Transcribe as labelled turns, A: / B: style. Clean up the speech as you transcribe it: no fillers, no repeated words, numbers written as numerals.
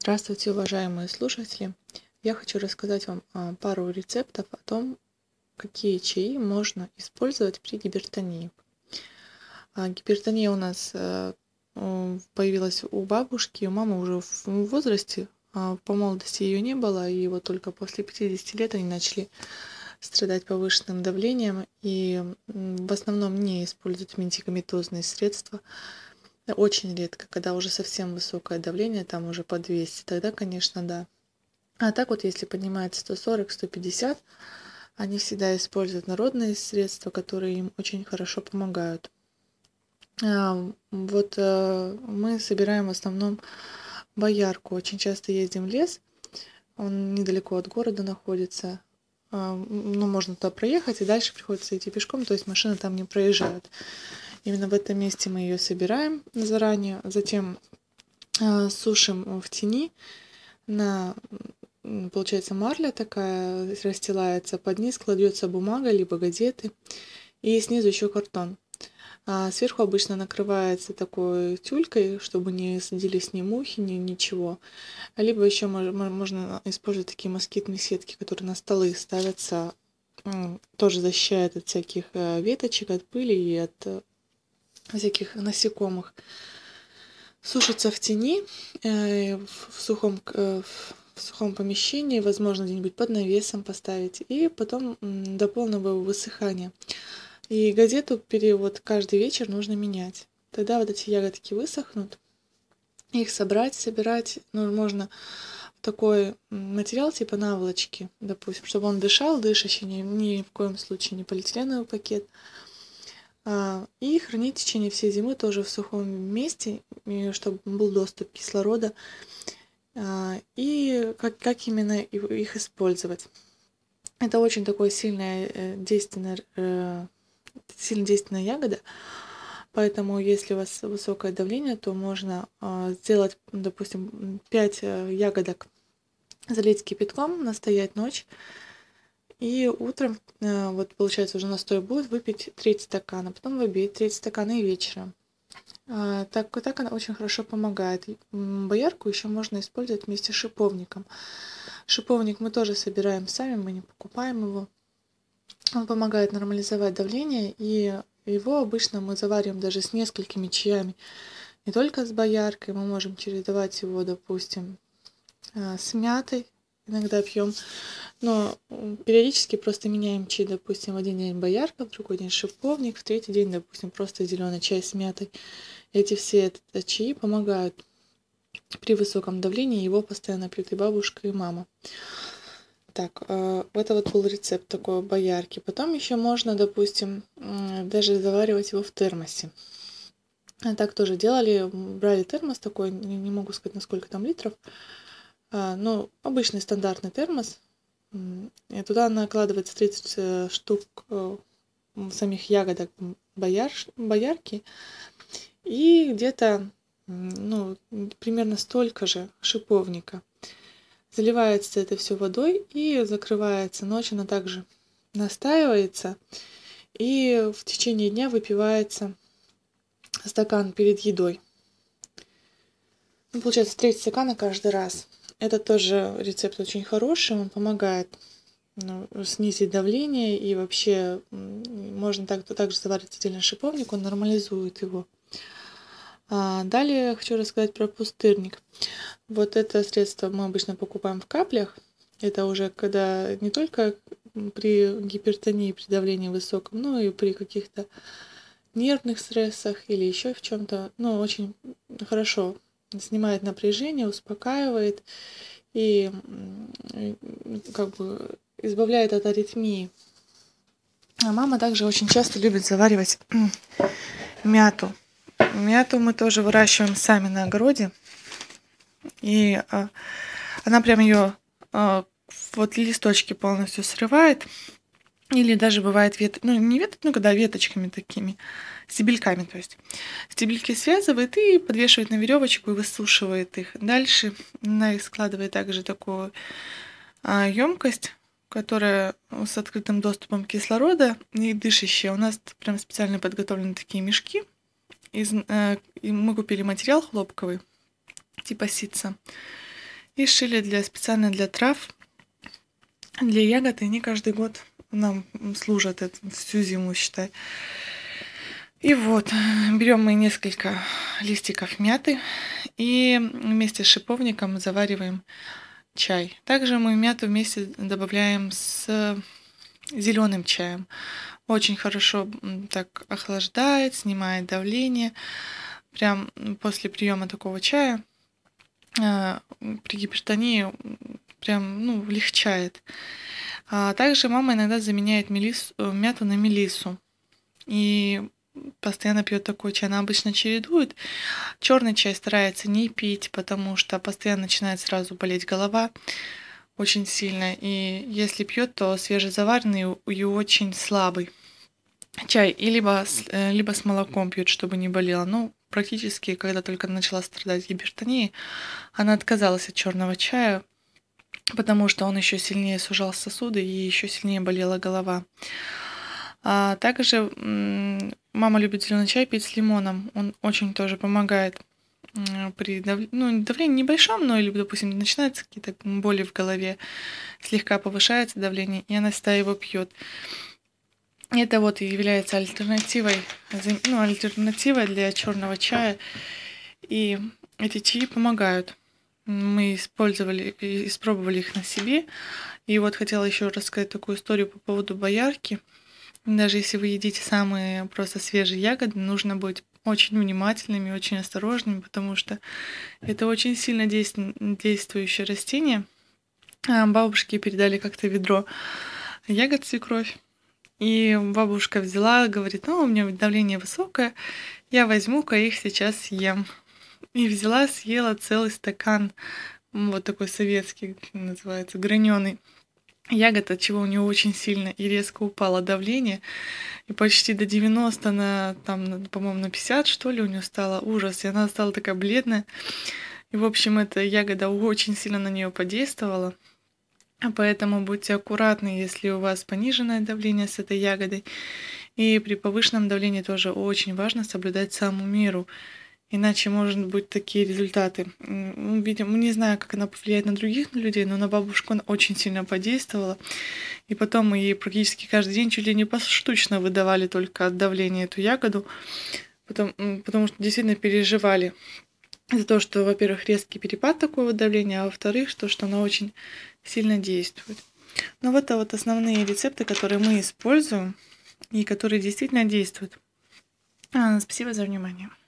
A: Здравствуйте, уважаемые слушатели! Я хочу рассказать вам пару рецептов о том, какие чаи можно использовать при гипертонии. Гипертония у нас появилась у бабушки, у мамы уже в возрасте, по молодости ее не было, и вот только после 50 лет они начали страдать повышенным давлением и в основном не используют медикаментозные средства. Очень редко, когда уже совсем высокое давление, там уже по 200, тогда, конечно, да. А так вот, если поднимается 140-150, они всегда используют народные средства, которые им очень хорошо помогают. Вот мы собираем в основном боярку. Очень часто ездим в лес, он недалеко от города находится. Ну, можно туда проехать, и дальше приходится идти пешком, то есть машины там не проезжают. Именно в этом месте мы ее собираем заранее, затем сушим в тени. Получается, марля такая расстилается, под низ кладется бумага, либо газеты, и снизу еще картон. Сверху обычно накрывается такой тюлькой, чтобы не садились ни мухи, ни ничего. Либо еще можно использовать такие москитные сетки, которые на столы ставятся, тоже защищают от всяких веточек, от пыли и от всяких насекомых. Сушится в тени, в сухом помещении, возможно, где-нибудь под навесом поставить, и потом до полного высыхания. И газету период каждый вечер нужно менять. Тогда вот эти ягодки высохнут. Их собирать, ну, можно в такой материал типа наволочки, допустим, чтобы он дышал, дышащий, ни в коем случае не полиэтиленовый пакет. И хранить в течение всей зимы тоже в сухом месте, чтобы был доступ кислорода. И как именно их использовать. Это очень такое сильно действенная ягода, поэтому если у вас высокое давление, то можно сделать, допустим, 5 ягодок, залить кипятком, настоять ночь, и утром, вот получается, уже настой будет, выпить треть стакана, потом выпить треть стакана и вечером. Так она очень хорошо помогает. Боярку еще можно использовать вместе с шиповником. Шиповник мы тоже собираем сами, мы не покупаем его. Он помогает нормализовать давление, и его обычно мы завариваем даже с несколькими чаями. Не только с бояркой, мы можем чередовать его, допустим, с мятой, иногда пьем, но периодически просто меняем чай, допустим, в один день боярка, в другой день шиповник, в третий день, допустим, просто зеленый чай с мятой. Эти все чаи помогают при высоком давлении, его постоянно пьют и бабушка, и мама. Так, это вот был рецепт такой боярки. Потом еще можно, допустим, даже заваривать его в термосе. Так тоже делали, брали термос такой, не могу сказать, на сколько там литров, но обычный стандартный термос. И туда накладывается 30 штук самих ягодок боярки и где-то примерно столько же шиповника. Заливается это все водой и закрывается. Ночью она также настаивается, и в течение дня выпивается стакан перед едой. Получается треть стакана каждый раз. Это тоже рецепт очень хороший, он помогает снизить давление, и вообще можно также заварить отдельно шиповник, он нормализует его. Далее хочу рассказать про пустырник. Вот это средство мы обычно покупаем в каплях. Это уже когда не только при гипертонии, при давлении высоком, но и при каких-то нервных стрессах или еще в чем-то. Очень хорошо снимает напряжение, успокаивает и как бы избавляет от аритмии. Мама также очень часто любит заваривать мяту. Мяту мы тоже выращиваем сами на огороде. И она прям ее вот листочки полностью срывает. Или даже бывает когда веточками такими, стебельками, то есть. Стебельки связывает и подвешивает на веревочку и высушивает их. Дальше она их складывает также такую емкость, которая с открытым доступом кислорода и дышащая. У нас прям специально подготовлены такие мешки. И мы купили материал хлопковый, типа ситца. И шили специально для трав, для ягод, и они каждый год нам служат всю зиму, считай. И вот, берем мы несколько листиков мяты и вместе с шиповником завариваем чай. Также мы мяту вместе добавляем с зеленым чаем. Очень хорошо так охлаждает, снимает давление. Прям после приема такого чая при гипертонии прям легчает. А также мама иногда заменяет мяту на мелиссу. И постоянно пьет такой чай. Она обычно чередует. Черный чай старается не пить, потому что постоянно начинает сразу болеть голова очень сильно. И если пьет, то свежезаваренный и очень слабый чай. И либо с молоком пьет, чтобы не болело. Ну, практически, когда только начала страдать гипертонией, она отказалась от черного чая, потому что он еще сильнее сужал сосуды и еще сильнее болела голова. А также мама любит зеленый чай пить с лимоном. Он очень тоже помогает при давлении небольшом, но или, допустим, начинаются какие-то боли в голове, слегка повышается давление, и она всегда его пьет. Это вот и является альтернативой для черного чая. И эти чаи помогают. Мы испробовали их на себе. И вот хотела еще рассказать такую историю по поводу боярки. Даже если вы едите самые просто свежие ягоды, нужно быть очень внимательными, очень осторожными, потому что это очень сильно действующее растение. Бабушке передали как-то ведро ягод свекровь. И бабушка взяла, говорит, у меня давление высокое, я возьму-ка их сейчас съем. И взяла, съела целый стакан, вот такой советский, называется, граненый ягод, от чего у нее очень сильно и резко упало давление. И почти до 90, по-моему, на 50, что ли, у нее стало ужас. И она стала такая бледная. И, в общем, эта ягода очень сильно на нее подействовала. Поэтому будьте аккуратны, если у вас пониженное давление с этой ягодой. И при повышенном давлении тоже очень важно соблюдать саму меру. Иначе может быть такие результаты. Видимо, не знаю, как она повлияет на других людей, но на бабушку она очень сильно подействовала. И потом мы ей практически каждый день чуть ли не поштучно выдавали только от давления эту ягоду, потому что действительно переживали за то, что, во-первых, резкий перепад такого давления, а во-вторых, что она очень сильно действует. Но вот это вот основные рецепты, которые мы используем и которые действительно действуют. Спасибо за внимание.